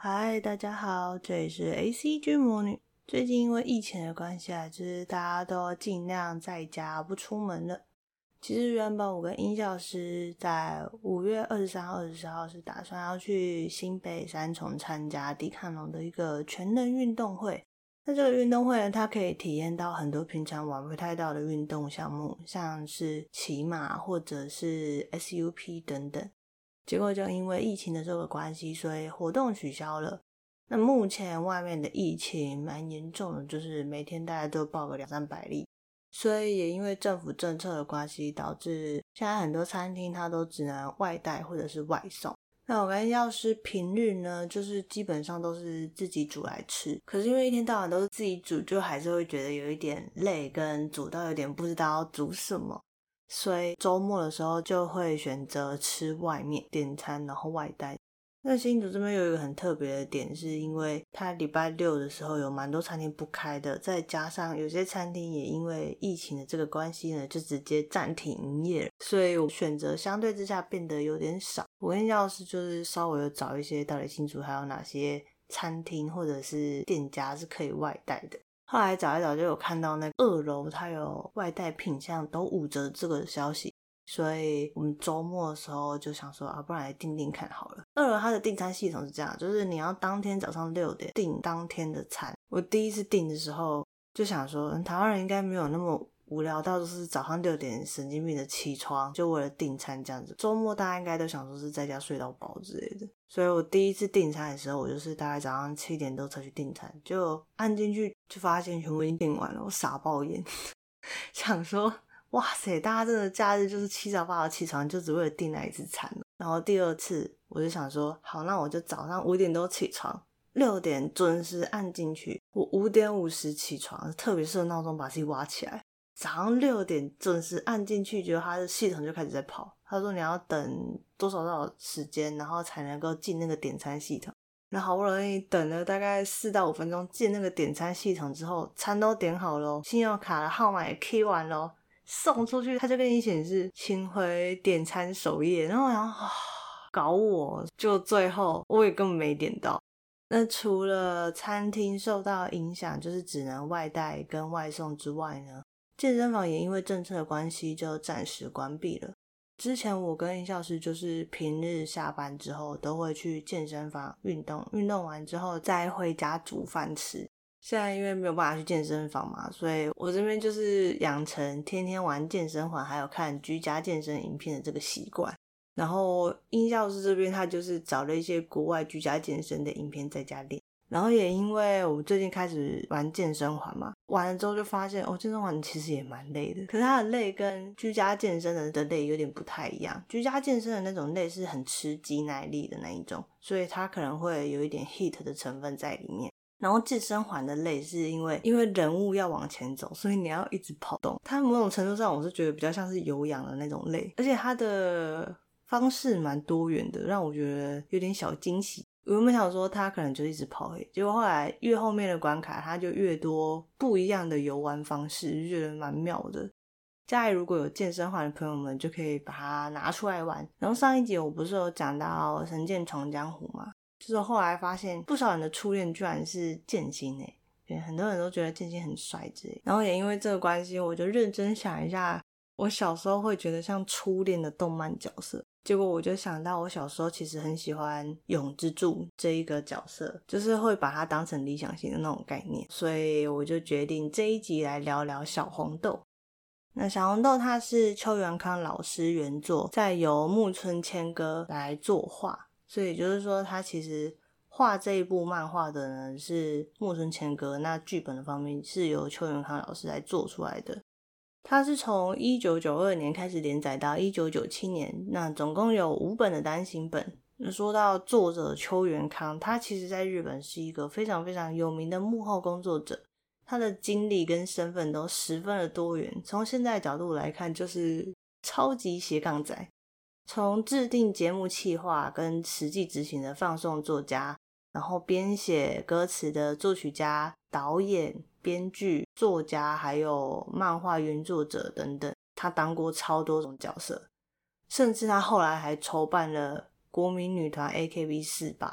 嗨，大家好，这里是 ACG 魔女。最近因为疫情的关系就是大家都尽量在家不出门了。其实原本我跟音效师在5月23号、24号是打算要去新北三重参加迪卡侬的一个全能运动会。那这个运动会呢，它可以体验到很多平常玩不太到的运动项目，像是骑马或者是 SUP 等等。结果就因为疫情的这个关系，所以活动取消了。那目前外面的疫情蛮严重的，就是每天大家都报个200-300例，所以也因为政府政策的关系，导致现在很多餐厅它都只能外带或者是外送。那我跟药师平日呢，就是基本上都是自己煮来吃，可是因为一天到晚都是自己煮，就还是会觉得有一点累，跟煮到有点不知道要煮什么，所以周末的时候就会选择吃外面点餐，然后外带。那新竹这边有一个很特别的点，是因为它礼拜六的时候有蛮多餐厅不开的，再加上有些餐厅也因为疫情的这个关系呢，就直接暂停营业了，所以我选择相对之下变得有点少。我跟药师就是稍微有找一些到底新竹还有哪些餐厅或者是店家是可以外带的。后来找一找就有看到那个2楼它有外带品项都5折这个消息，所以我们周末的时候就想说不然来订订看好了。2楼它的订餐系统是这样，就是你要当天早上6点订当天的餐。我第一次订的时候就想说台湾人应该没有那么无聊到就是早上6点神经病的起床就为了订餐这样子，周末大家应该都想说是在家睡到饱之类的。所以我第一次订餐的时候，我就是大概早上7点多才去订餐，就按进去就发现全部已经订完了，我傻爆眼想说哇塞，大家真的假日就是7早8早起床就只为了订那一次餐。然后第二次我就想说好，那我就早上5点多起床，6点准时按进去。我5点50起床，特别设闹钟把自己挖起来，早上6点准时按进去，结果它的系统就开始在跑，他说你要等多少时间然后才能够进那个点餐系统。那好不容易等了大概4到5分钟进那个点餐系统之后，餐都点好咯，信用卡的号码也 key 完咯，送出去他就跟你显示请回点餐首页，然后我想搞我，就最后我也根本没点到。那除了餐厅受到影响就是只能外带跟外送之外呢，健身房也因为政策的关系就暂时关闭了。之前我跟音效师就是平日下班之后都会去健身房运动，运动完之后再回家煮饭吃。现在因为没有办法去健身房嘛，所以我这边就是养成天天玩健身环还有看居家健身影片的这个习惯。然后音效师这边他就是找了一些国外居家健身的影片在家练。然后也因为我最近开始玩健身环嘛，玩了之后就发现健身环其实也蛮累的，可是它的累跟居家健身的累有点不太一样。居家健身的那种累是很吃肌耐力的那一种，所以它可能会有一点 HIIT 的成分在里面。然后健身环的累是因为人物要往前走，所以你要一直跑动，它某种程度上我是觉得比较像是有氧的那种累，而且它的方式蛮多元的，让我觉得有点小惊喜。我原本想说他可能就一直跑结果后来越后面的关卡他就越多不一样的游玩方式，就觉得蛮妙的。家里如果有健身环的朋友们就可以把它拿出来玩。然后上一集我不是有讲到神剑闯江湖吗，就是后来发现不少人的初恋居然是剑心很多人都觉得剑心很帅之类。然后也因为这个关系我就认真想一下我小时候会觉得像初恋的动漫角色，结果我就想到我小时候其实很喜欢永之助这一个角色，就是会把它当成理想型的那种概念，所以我就决定这一集来聊聊小红豆。那小红豆它是邱元康老师原作，再由木村千歌来作画，所以就是说他其实画这一部漫画的呢是木村千歌，那剧本的方面是由邱元康老师来做出来的。它是从1992年开始连载到1997年，那总共有5本的单行本。说到作者邱元康，他其实在日本是一个非常非常有名的幕后工作者，他的经历跟身份都十分的多元，从现在的角度来看就是超级斜杠仔，从制定节目企划跟实际执行的放送作家，然后编写歌词的作曲家、导演、编剧、作家还有漫画原作者等等，他当过超多种角色，甚至他后来还筹办了国民女团 AKB48，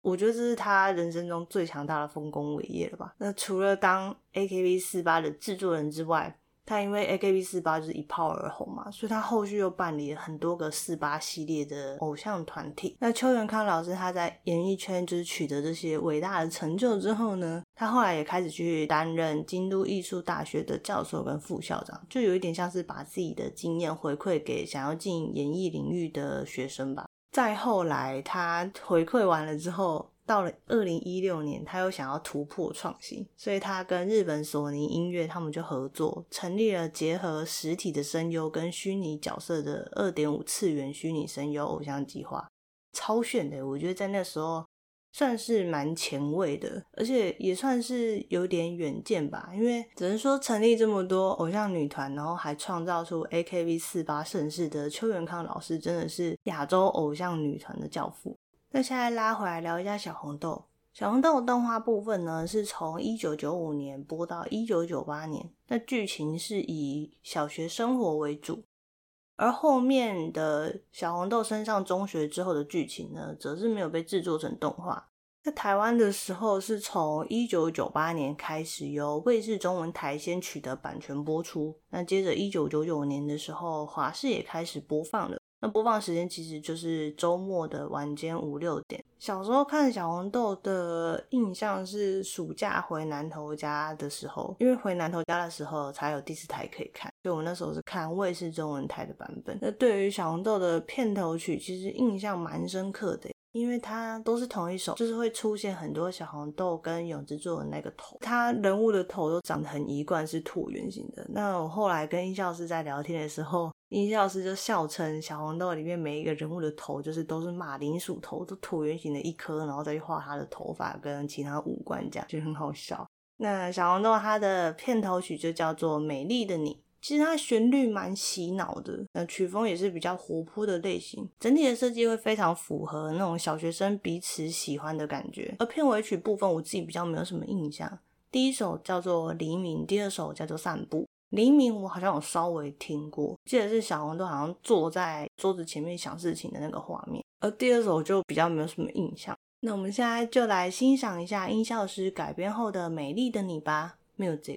我觉得这是他人生中最强大的丰功伟业了吧。那除了当 AKB48 的制作人之外，他因为 AKB48 就是一炮而红嘛，所以他后续又办理了很多个48系列的偶像团体。那秋元康老师他在演艺圈就是取得这些伟大的成就之后呢，他后来也开始去担任京都艺术大学的教授跟副校长，就有一点像是把自己的经验回馈给想要进演艺领域的学生吧。再后来他回馈完了之后，到了2016年他又想要突破创新，所以他跟日本索尼音乐他们就合作成立了结合实体的声优跟虚拟角色的 2.5 次元虚拟声优偶像计划。超炫的，我觉得在那时候算是蛮前卫的，而且也算是有点远见吧，因为只能说成立这么多偶像女团，然后还创造出 AKB48 盛世的秋元康老师真的是亚洲偶像女团的教父。那现在拉回来聊一下小红豆。小红豆的动画部分呢，是从1995年播到1998年，那剧情是以小学生活为主，而后面的小红豆升上中学之后的剧情呢，则是没有被制作成动画。在台湾的时候是从1998年开始由卫视中文台先取得版权播出，那接着1999年的时候华视也开始播放了，那播放时间其实就是周末的晚间5、6点。小时候看小红豆的印象是暑假回南投家的时候，因为回南投家的时候才有第4台可以看，所以我那时候是看卫视中文台的版本。那对于小红豆的片头曲其实印象蛮深刻的，因为它都是同一首，就是会出现很多小红豆跟永之助的那个头，他人物的头都长得很一贯，是椭圆形的。那我后来跟音效师在聊天的时候，音效师就笑称小红豆里面每一个人物的头就是都是马铃薯头，都椭圆形的一颗，然后再去画他的头发跟其他五官，这样就很好笑。那小红豆它的片头曲就叫做美丽的你，其实它旋律蛮洗脑的，那曲风也是比较活泼的类型，整体的设计会非常符合那种小学生彼此喜欢的感觉。而片尾曲部分我自己比较没有什么印象，第一首叫做黎明，第二首叫做散步。黎明我好像有稍微听过，记得是小红豆好像坐在桌子前面想事情的那个画面，而第二首就比较没有什么印象。那我们现在就来欣赏一下音效师改编后的美丽的你吧 Music。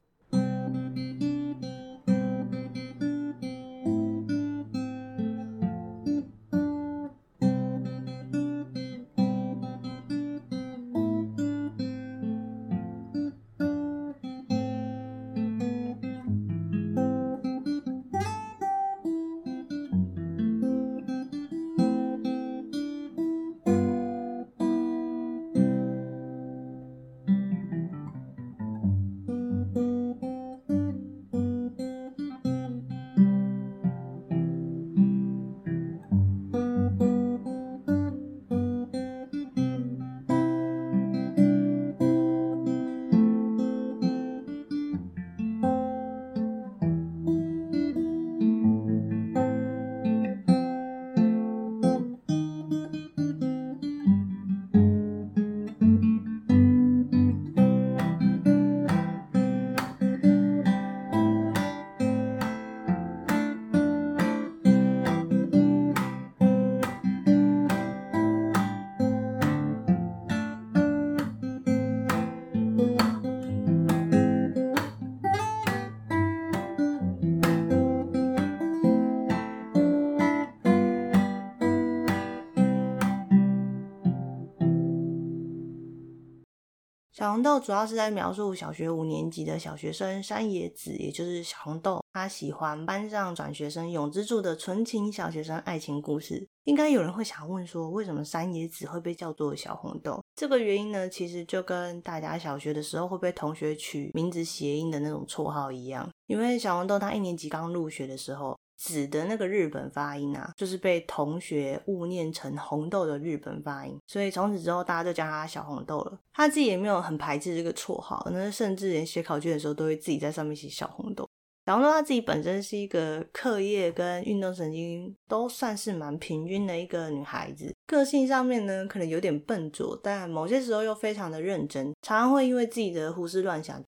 小红豆主要是在描述小学5年级的小学生山野子，也就是小红豆，他喜欢班上转学生永之助的纯情小学生爱情故事。应该有人会想问说，为什么山野子会被叫做小红豆？这个原因呢，其实就跟大家小学的时候会被同学取名字谐音的那种绰号一样。因为小红豆他1年级刚入学的时候，子的那个日本发音啊，就是被同学误念成红豆的日本发音，所以从此之后大家就叫他小红豆了。他自己也没有很排斥这个绰号，那甚至连写考卷的时候都会自己在上面写小红豆。小红豆他自己本身是一个课业跟运动神经都算是蛮平均的一个女孩子，个性上面呢可能有点笨拙，但某些时候又非常的认真，常常会因为自己的胡思乱想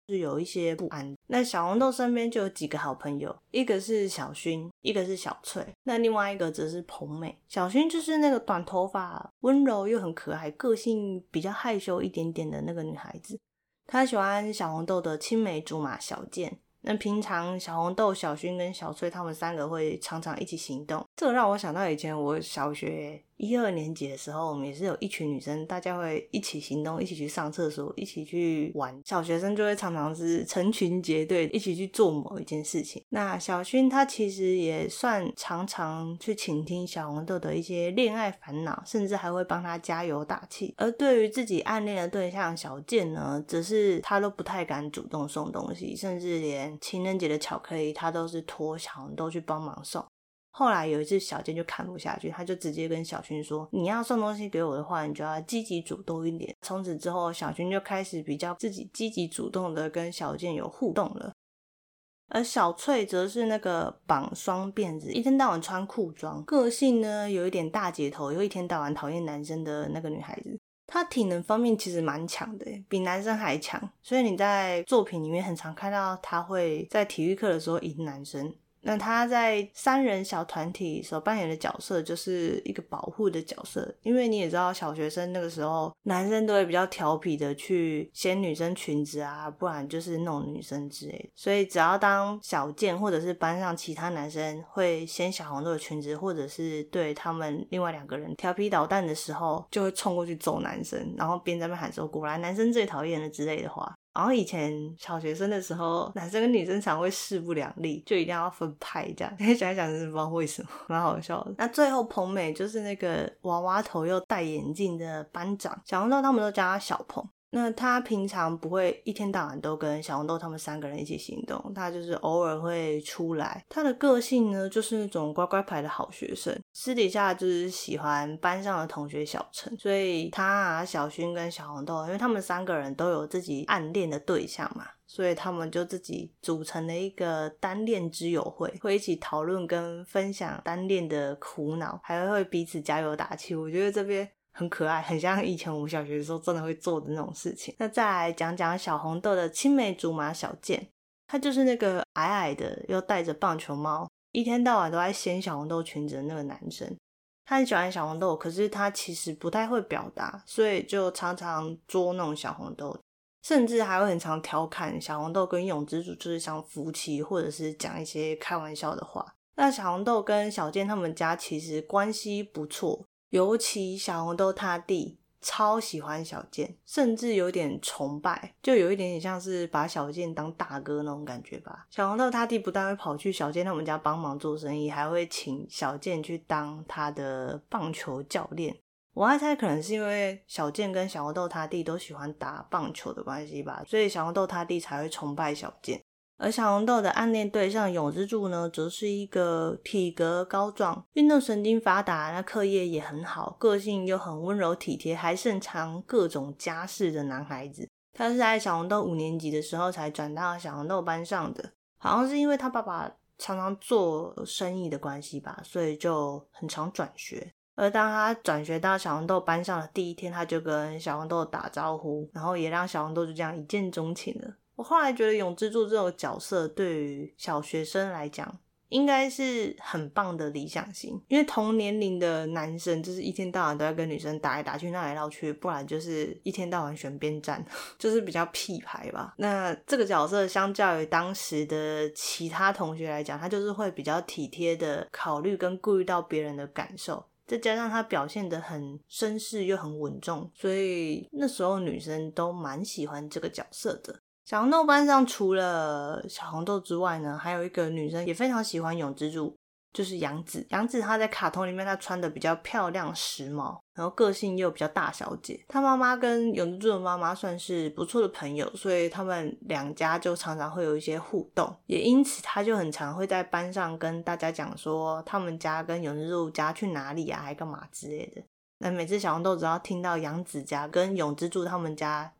是有一些不安。那小红豆身边就有几个好朋友，一个是小薰，一个是小翠，那另外一个则是彭美。小薰就是那个短头发温柔又很可爱，个性比较害羞一点点的那个女孩子，她喜欢小红豆的青梅竹马小健。那平常小红豆、小薰跟小翠他们3个会常常一起行动，这个让我想到以前我小学1、2年级的时候，我们也是有一群女生，大家会一起行动，一起去上厕所，一起去玩。小学生就会常常是成群结队一起去做某一件事情。那小薰她其实也算常常去倾听小红豆的一些恋爱烦恼，甚至还会帮她加油打气。而对于自己暗恋的对象小健呢，则是她都不太敢主动送东西，甚至连情人节的巧克力她都是托小红豆去帮忙送。后来有一次小健就看不下去，他就直接跟小薰说，你要送东西给我的话，你就要积极主动一点。从此之后，小薰就开始比较自己积极主动的跟小健有互动了。而小翠则是那个绑双辫子，一天到晚穿裤装，个性呢有一点大姐头，又一天到晚讨厌男生的那个女孩子。她体能方面其实蛮强的，比男生还强，所以你在作品里面很常看到她会在体育课的时候赢男生。那他在3人小团体所扮演的角色就是一个保护的角色，因为你也知道小学生那个时候男生都会比较调皮的去掀女生裙子啊，不然就是弄女生之类的，所以只要当小健或者是班上其他男生会掀小红豆的裙子，或者是对他们另外2个人调皮捣蛋的时候，就会冲过去揍男生，然后边在那边喊说果然男生最讨厌了之类的话。然后以前小学生的时候，男生跟女生常会势不两立，就一定要分派这样。现在想一想真是不知道为什么，蛮好笑的。那最后彭美就是那个娃娃头又戴眼镜的班长，小红豆他们都叫他小彭。那他平常不会一天到晚都跟小红豆他们3个人一起行动，他就是偶尔会出来。他的个性呢就是那种乖乖牌的好学生，私底下就是喜欢班上的同学小陈，所以他啊小薰跟小红豆，因为他们3个人都有自己暗恋的对象嘛，所以他们就自己组成了一个单恋之友会，会一起讨论跟分享单恋的苦恼，还会彼此加油打气。我觉得这边很可爱，很像以前我们小学的时候真的会做的那种事情。那再来讲讲小红豆的青梅竹马小健，他就是那个矮矮的又戴着棒球帽，一天到晚都在掀小红豆裙子的那个男生。他很喜欢小红豆，可是他其实不太会表达，所以就常常捉弄小红豆，甚至还会很常调侃小红豆跟永之助就是像夫妻，或者是讲一些开玩笑的话。那小红豆跟小健他们家其实关系不错，尤其小红豆他弟超喜欢小健，甚至有点崇拜，就有一点点像是把小健当大哥那种感觉吧。小红豆他弟不但会跑去小健他们家帮忙做生意，还会请小健去当他的棒球教练。我还猜可能是因为小健跟小红豆他弟都喜欢打棒球的关系吧，所以小红豆他弟才会崇拜小健。而小红豆的暗恋对象永之助呢，则是一个体格高壮、运动神经发达，那课业也很好，个性又很温柔体贴，还擅长各种家事的男孩子。他是在小红豆5年级的时候才转到小红豆班上的，好像是因为他爸爸常常做生意的关系吧，所以就很常转学。而当他转学到小红豆班上的第一天，他就跟小红豆打招呼，然后也让小红豆就这样一见钟情了。我后来觉得永之助这种角色对于小学生来讲应该是很棒的理想型，因为同年龄的男生就是一天到晚都在跟女生打来打去闹来闹去，不然就是一天到晚选边站就是比较屁牌吧。那这个角色相较于当时的其他同学来讲，他就是会比较体贴的考虑跟顾虑到别人的感受，再加上他表现得很绅士又很稳重，所以那时候女生都蛮喜欢这个角色的。小红豆班上除了小红豆之外呢，还有一个女生也非常喜欢永之助，就是杨紫。杨紫她在卡通里面她穿的比较漂亮时髦，然后个性又比较大小姐。她妈妈跟永之助的妈妈算是不错的朋友，所以他们2家就常常会有一些互动，也因此她就很常会在班上跟大家讲说他们家跟永之助家去哪里啊，还干嘛之类的。那每次小红豆只要听到杨紫家跟永之助他们家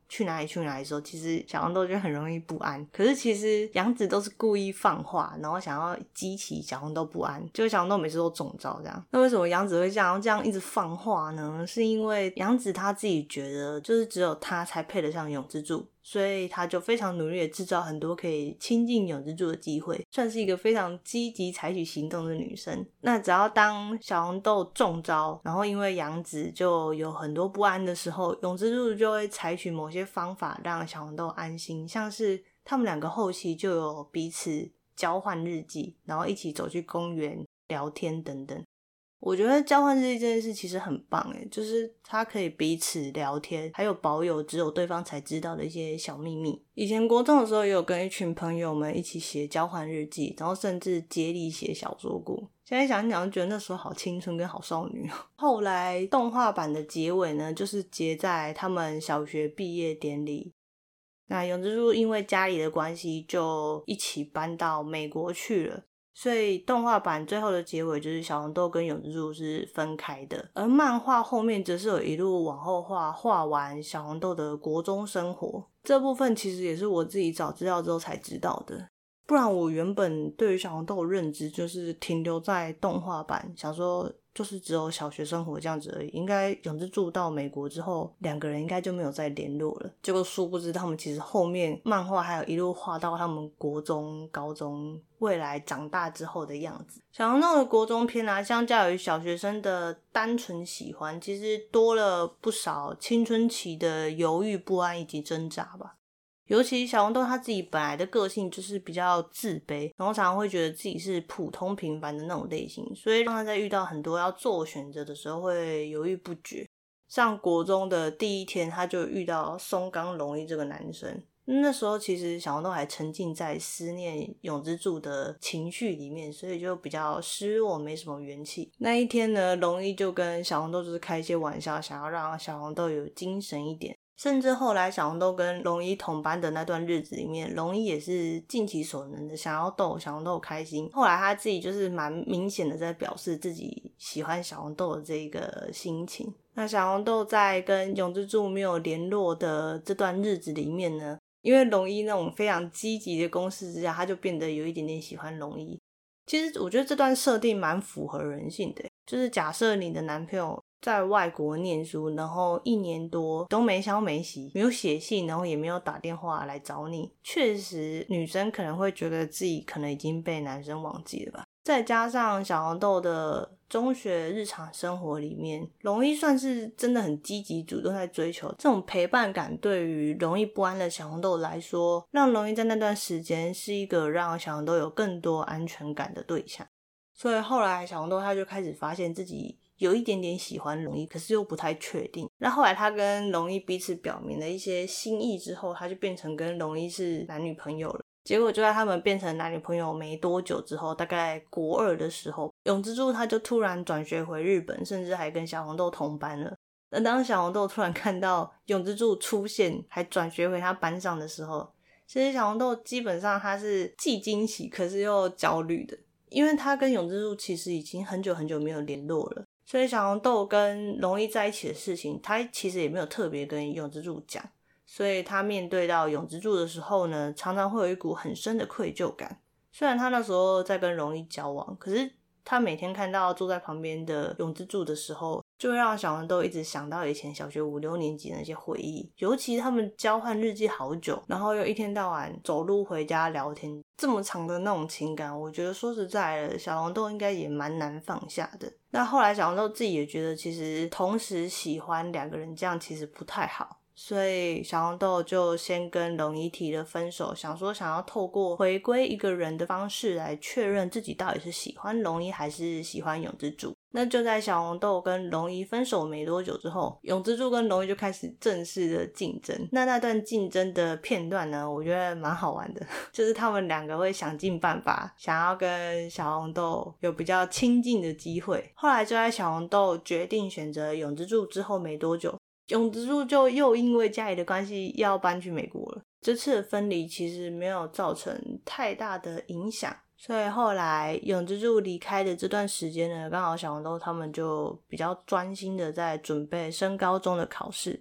去哪里的时候，其实小红豆就很容易不安。可是其实杨紫都是故意放话，然后想要激起小红豆不安，结果小红豆每次都中招这样。那为什么杨紫会这样一直放话呢？是因为杨紫她自己觉得就是只有她才配得上永之助，所以她就非常努力的制造很多可以亲近永之助的机会，算是一个非常积极采取行动的女生。那只要当小红豆中招，然后因为杨紫就有很多不安的时候，永之助就会采取某些方法让小红豆安心，像是他们两个后期就有彼此交换日记，然后一起走去公园聊天等等。我觉得交换日记这件事其实很棒耶，就是他可以彼此聊天，还有保有只有对方才知道的一些小秘密。以前国中的时候也有跟一群朋友们一起写交换日记，然后甚至接力写小说过。现在想一想就觉得那时候好青春跟好少女。后来动画版的结尾呢，就是结在他们小学毕业典礼。那永之助因为家里的关系就一起搬到美国去了，所以动画版最后的结尾就是小红豆跟永之助是分开的，而漫画后面则是有一路往后画完小红豆的国中生活。这部分其实也是我自己找资料之后才知道的，不然我原本对于小红豆的认知就是停留在动画版，想说就是只有小学生活这样子而已，应该永之助到美国之后两个人应该就没有再联络了。结果殊不知他们其实后面漫画还有一路画到他们国中高中未来长大之后的样子。小红豆的国中篇啊，相较于小学生的单纯喜欢，其实多了不少青春期的犹豫不安以及挣扎吧。尤其小红豆她自己本来的个性就是比较自卑，然后常常会觉得自己是普通平凡的那种类型，所以让她在遇到很多要做选择的时候会犹豫不决。上国中的第一天，她就遇到松冈龙一这个男生，那时候其实小红豆还沉浸在思念永之助的情绪里面，所以就比较失落，没什么元气。那一天呢，龙一就跟小红豆就是开一些玩笑，想要让小红豆有精神一点。甚至后来小红豆跟龙一同班的那段日子里面，龙一也是尽其所能的想要逗小红豆开心。后来他自己就是蛮明显的在表示自己喜欢小红豆的这个心情。那小红豆在跟永之助没有联络的这段日子里面呢，因为龙一那种非常积极的攻势之下，他就变得有一点点喜欢龙一。其实我觉得这段设定蛮符合人性的，就是假设你的男朋友在外国念书，然后1年多都没消没息，没有写信，然后也没有打电话来找你，确实女生可能会觉得自己可能已经被男生忘记了吧。再加上小红豆的中学日常生活里面，龙一算是真的很积极主动在追求，这种陪伴感对于容易不安的小红豆来说，让龙一在那段时间是一个让小红豆有更多安全感的对象。所以后来小红豆他就开始发现自己有一点点喜欢龙一，可是又不太确定。那后来他跟龙一彼此表明了一些心意之后，他就变成跟龙一是男女朋友了。结果就在他们变成男女朋友没多久之后，大概国2的时候，永之助他就突然转学回日本，甚至还跟小红豆同班了。那当小红豆突然看到永之助出现还转学回他班上的时候，其实小红豆基本上他是既惊喜可是又焦虑的，因为他跟永之助其实已经很久很久没有联络了，所以小红豆跟龙一在一起的事情他其实也没有特别跟永之助讲，所以他面对到永之助的时候呢，常常会有一股很深的愧疚感。虽然他那时候在跟龙一交往，可是他每天看到坐在旁边的永之助的时候，就会让小红豆一直想到以前小学5、6年级的那些回忆，尤其他们交换日记好久，然后又一天到晚走路回家聊天，这么长的那种情感，我觉得说实在的，小红豆应该也蛮难放下的。那后来小红豆自己也觉得其实同时喜欢2个人这样其实不太好，所以小红豆就先跟龙一提了分手，想要透过回归一个人的方式来确认自己到底是喜欢龙一还是喜欢永之助。那就在小红豆跟龙一分手没多久之后，永之助跟龙一就开始正式的竞争。那段竞争的片段呢，我觉得蛮好玩的，就是他们2个会想尽办法想要跟小红豆有比较亲近的机会。后来就在小红豆决定选择永之助之后没多久，永之助就又因为家里的关系要搬去美国了。这次的分离其实没有造成太大的影响，所以后来永之助离开的这段时间呢，刚好小红豆他们就比较专心的在准备升高中的考试。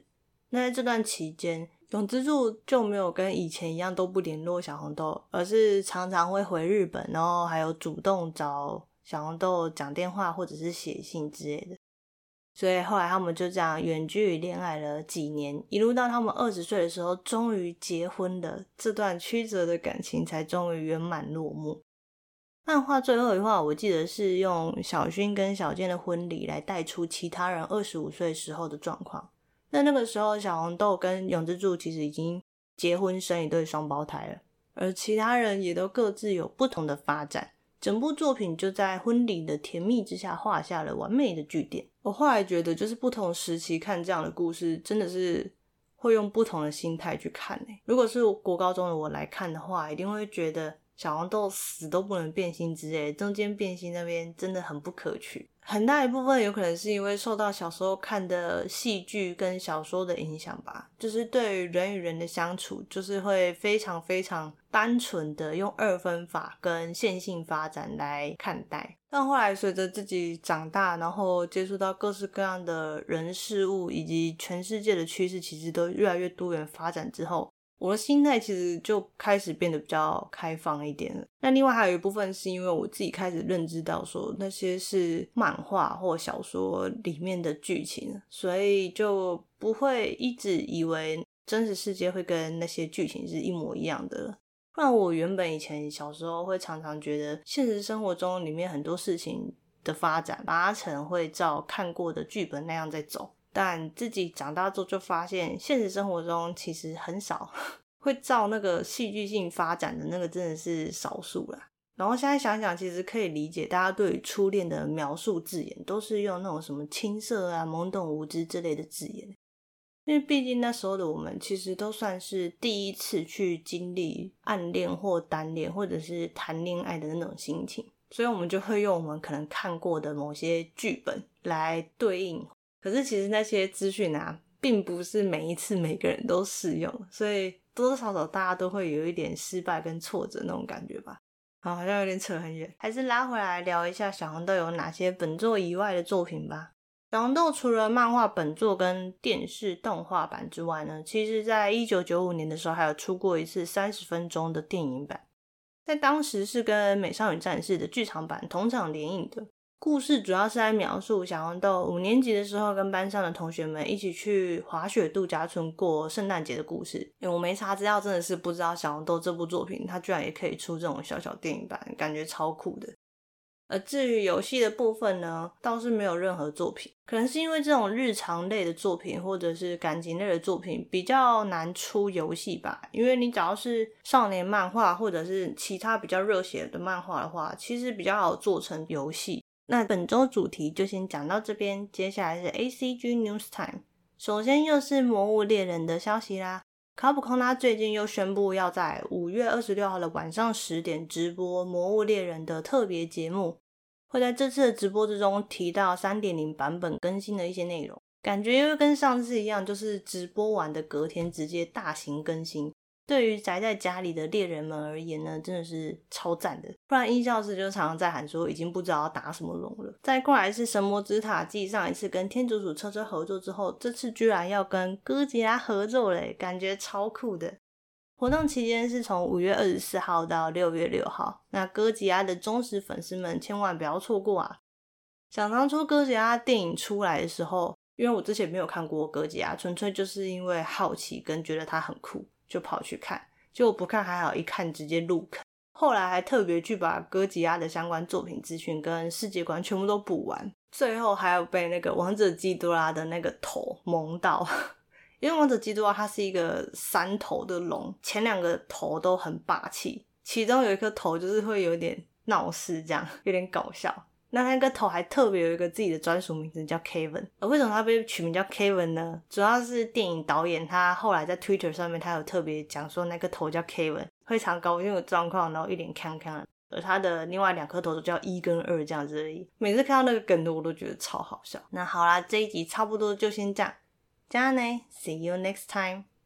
那在这段期间，永之助就没有跟以前一样都不联络小红豆，而是常常会回日本，然后还有主动找小红豆讲电话或者是写信之类的。所以后来他们就这样远距离恋爱了几年，一路到他们20岁的时候终于结婚了，这段曲折的感情才终于圆满落幕。漫画最后一话我记得是用小薰跟小健的婚礼来带出其他人25岁时候的状况。那个时候小红豆跟永之助其实已经结婚生一对双胞胎了，而其他人也都各自有不同的发展，整部作品就在婚礼的甜蜜之下画下了完美的句点。我后来觉得就是不同时期看这样的故事真的是会用不同的心态去看如果是国高中的我来看的话，一定会觉得小红豆死都不能变心之类的，中间变心那边真的很不可取。很大一部分有可能是因为受到小时候看的戏剧跟小说的影响吧，就是对于人与人的相处就是会非常非常单纯的用二分法跟线性发展来看待。但后来随着自己长大，然后接触到各式各样的人事物以及全世界的趋势其实都越来越多元发展之后，我的心态其实就开始变得比较开放一点了。那另外还有一部分是因为我自己开始认知到说那些是漫画或小说里面的剧情，所以就不会一直以为真实世界会跟那些剧情是一模一样的了。不然我原本以前小时候会常常觉得现实生活中里面很多事情的发展八成会照看过的剧本那样在走，但自己长大之后就发现现实生活中其实很少会照那个戏剧性发展的，那个真的是少数啦。然后现在想想其实可以理解大家对于初恋的描述字眼都是用那种什么青涩啊懵懂无知之类的字眼，因为毕竟那时候的我们其实都算是第一次去经历暗恋或单恋或者是谈恋爱的那种心情，所以我们就会用我们可能看过的某些剧本来对应。可是其实那些资讯啊并不是每一次每个人都适用，所以多多少少大家都会有一点失败跟挫折那种感觉吧。好像有点扯很远，还是拉回来聊一下小红豆有哪些本作以外的作品吧。小红豆除了漫画本作跟电视动画版之外呢，其实在1995年的时候还有出过一次30分钟的电影版，在当时是跟美少女战士的剧场版同场联映的。故事主要是在描述小红豆5年级的时候跟班上的同学们一起去滑雪度假村过圣诞节的故事。我没查资料，真的是不知道小红豆这部作品它居然也可以出这种小小电影版，感觉超酷的。而至于游戏的部分呢，倒是没有任何作品，可能是因为这种日常类的作品或者是感情类的作品比较难出游戏吧，因为你只要是少年漫画或者是其他比较热血的漫画的话，其实比较好做成游戏。那本周主题就先讲到这边，接下来是 ACG News Time。 首先又是魔物猎人的消息啦，卡普空他最近又宣布要在5月26号的晚上10点直播魔物猎人的特别节目，会在这次的直播之中提到 3.0 版本更新的一些内容，感觉又跟上次一样，就是直播完的隔天直接大型更新。对于宅在家里的猎人们而言呢，真的是超赞的，不然音效师就常常在喊说已经不知道要打什么龙了。再过来是神魔之塔继上一次跟天竺鼠车车合作之后，这次居然要跟哥吉拉合作了，感觉超酷的。活动期间是从5月24号到6月6号，那哥吉拉的忠实粉丝们千万不要错过啊。想当初哥吉拉电影出来的时候，因为我之前没有看过哥吉拉，纯粹就是因为好奇跟觉得它很酷就跑去看，结果不看还好，一看直接入坑。后来还特别去把哥吉拉的相关作品资讯跟世界观全部都补完，最后还有被那个王者基多拉的那个头萌到因为王者基多拉它是一个3头的龙，前2个头都很霸气，其中有一颗头就是会有点闹事，这样有点搞笑。那个头还特别有一个自己的专属名字叫 Kevin。 为什么他被取名叫 Kevin 呢？主要是电影导演他后来在 Twitter 上面他有特别讲说那个头叫 Kevin， 非常高兴的状况，然后一脸康康的，而他的另外2颗头都叫1跟2这样子而已。每次看到那个梗图我都觉得超好笑。那好啦，这一集差不多就先这样，じゃあね See you next time。